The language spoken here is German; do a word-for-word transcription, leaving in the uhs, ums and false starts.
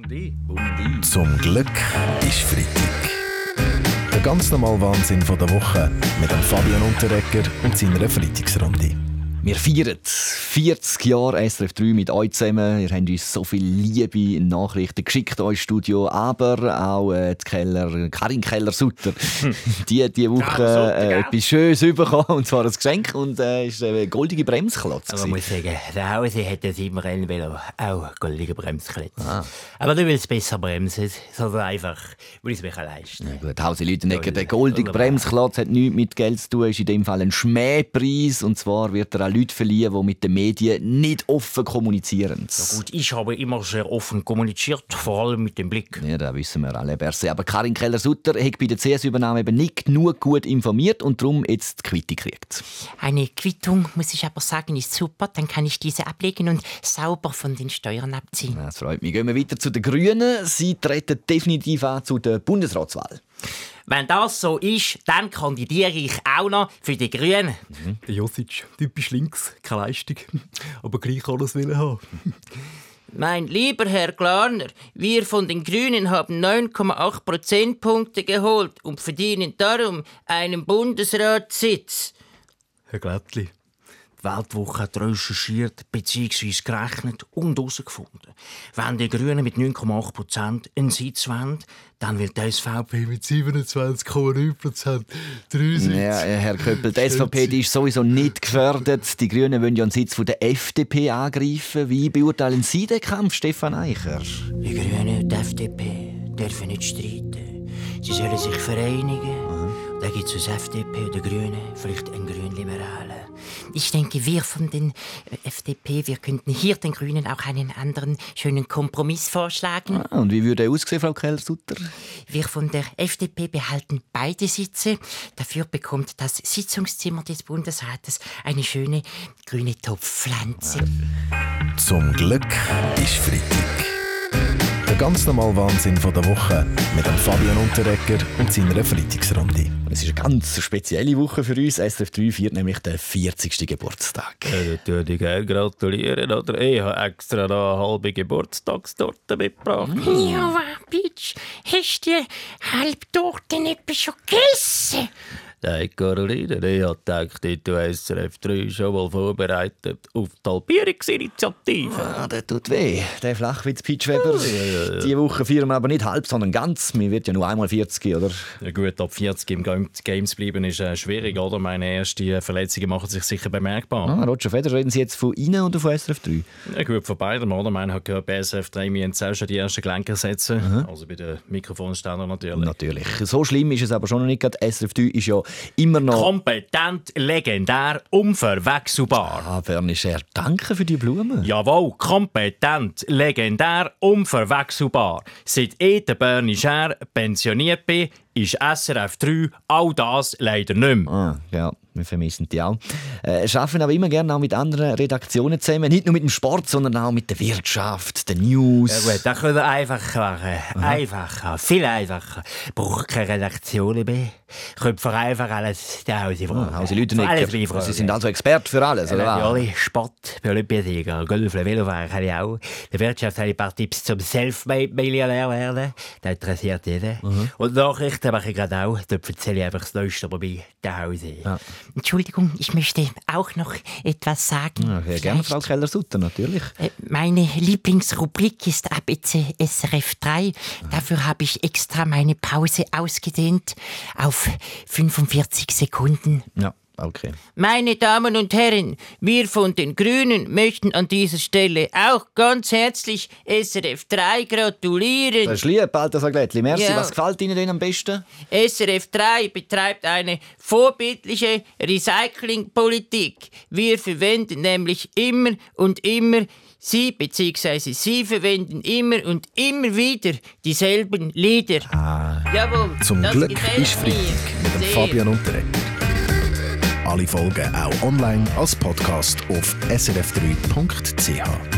Bundi. Bundi. Zum Glück ist Freitag. Der ganz normale Wahnsinn von der Woche mit dem Fabian Unterreger und seiner Freitagsrunde. Wir feiern vierzig Jahre S R F drei mit euch zusammen. Ihr habt uns so viele liebe Nachrichten geschickt, euch Studio, aber auch äh, die Keller, Karin Keller-Sutter, die diese Woche äh, etwas Schönes bekommen, und zwar ein Geschenk, und äh, ist eine goldige Bremsklotz. Aber ich muss sagen, der Hause hat das immer ein Velo auch goldige Bremsklotz. Ah. Aber nicht, weil es besser bremst, sondern einfach, weil ich es mir leisten kann. Ja, gut, Hause Lüdenegger, der goldige Bremsklotz hat nichts mit Geld zu tun, ist in dem Fall ein Schmähpreis, und zwar wird er Leute verliehen, die mit den Medien nicht offen kommunizieren. Ja gut, ich habe immer sehr offen kommuniziert, vor allem mit dem Blick. Ja, das wissen wir alle. Aber Karin Keller-Sutter hat bei der C S-Übernahme eben nicht genug gut informiert und darum jetzt die Quittung gekriegt. Eine Quittung, muss ich aber sagen, ist super. Dann kann ich diese ablegen und sauber von den Steuern abziehen. Ja, das freut mich. Gehen wir weiter zu den Grünen. Sie treten definitiv an zu der Bundesratswahl. Wenn das so ist, dann kandidiere ich auch noch für die Grünen. Mhm. Der Josic, typisch links, keine Leistung, aber gleich alles will haben. Mein lieber Herr Glarner, wir von den Grünen haben neun Komma acht Prozentpunkte geholt und verdienen darum einen Bundesratssitz. Herr Glättli. Die Weltwoche hat recherchiert bzw. gerechnet und herausgefunden. Wenn die Grünen mit neun Komma acht Prozent einen Sitz wollen, dann wird die S V P mit siebenundzwanzig Komma neun Prozent drei Sitze. Ja, Herr Köppel, die S V P die ist sowieso nicht gefördert. Die Grünen wollen ja einen Sitz von der F D P angreifen. Wie beurteilen Sie den Kampf, Stefan Eicher? Die Grünen und die F D P dürfen nicht streiten. Sie sollen sich vereinigen. Mhm. Dann gibt es aus F D P und den Grünen vielleicht einen Grünliberalen. Ich denke, wir von den F D P, wir könnten hier den Grünen auch einen anderen schönen Kompromiss vorschlagen. Ah, und wie würde er aussehen, Frau Keller-Sutter? Wir von der F D P behalten beide Sitze. Dafür bekommt das Sitzungszimmer des Bundesrates eine schöne grüne Topfpflanze. Zum Glück ist Freitag. Der ganz normale Wahnsinn von der Woche mit dem Fabian Unterreger und seiner Freitagsrunde. Es ist eine ganz spezielle Woche für uns. S R F drei feiert nämlich den vierzigsten Geburtstag. Ja, da würde ich gerne gratulieren. Oder? Ich habe extra noch eine halbe Geburtstagstorte mitgebracht. Ja, Bitch, hast du die Halbtorte nicht schon gegessen? Nein, Caroline, ich habe gedacht, ich habe S R F drei schon mal vorbereitet auf die Halbierungsinitiative. Ah, das tut weh, der Flachwitz Pitschweber. Ja, ja, ja. Diese Woche feiern wir aber nicht halb, sondern ganz. Man wird ja nur einmal vierzig, oder? Ja gut, ab vierzig im Games bleiben ist äh, schwierig, oder? Meine ersten Verletzungen machen sich sicher bemerkbar. Ah, Roger Federer, reden Sie jetzt von Ihnen oder von S R F drei? Ja gut, von beiden, oder? Meine hat gehört, bei S R F drei müssen sie auch schon die ersten Gelenke setzen. Mhm. Also bei den Mikrofonständern natürlich. Natürlich. So schlimm ist es aber schon noch nicht. S R F drei ist ja immer noch kompetent, legendär, unverwechselbar. Ah, Bernischer, danke für die Blumen. Jawohl, kompetent, legendär, unverwechselbar. Seit ich, der Bernischer, pensioniert bin, ist S R F drei all das leider nicht mehr. Ah, ja, wir vermissen die auch. Äh, arbeiten aber immer gerne auch mit anderen Redaktionen zusammen. Nicht nur mit dem Sport, sondern auch mit der Wirtschaft, den News. Ja gut, das können wir einfach machen. Aha. Einfacher, viel einfacher. Braucht keine Redaktionen mehr. Könnt ihr einfach alles zu Hause fragen. Ah, Hause Lüdenegger. Sie sind also Experte für alles, oder was? Ja, natürlich. Sport, Olympiasieger, Golfen, Velofahren kann ich auch. Der Wirtschaft habe ich ein paar Tipps zum Selfmade-Millionär werden. Das interessiert jeden. Mhm. Und Nachrichten mache ich gerade auch. Dort erzähle ich einfach das Neueste bei zu Hause. Ja. Entschuldigung, ich möchte auch noch etwas sagen. Ja, sehr gerne, Frau Keller-Sutter, natürlich. Meine Lieblingsrubrik ist ab jetzt S R F drei. Dafür habe ich extra meine Pause ausgedehnt auf fünfundvierzig Sekunden. Ja. Okay. Meine Damen und Herren, wir von den Grünen möchten an dieser Stelle auch ganz herzlich S R F drei gratulieren. Das ist lieb, Balthasar Glättli. Merci. Ja. Was gefällt Ihnen denn am besten? S R F drei betreibt eine vorbildliche Recyclingpolitik. Wir verwenden nämlich immer und immer Sie bzw. Sie verwenden immer und immer wieder dieselben Lieder. Ah. Jawohl, Zum das Glück gefällt ist Freitag mir mit dem sehr. Fabian Unterreger. Alle Folgen auch online als Podcast auf s r f drei punkt c h.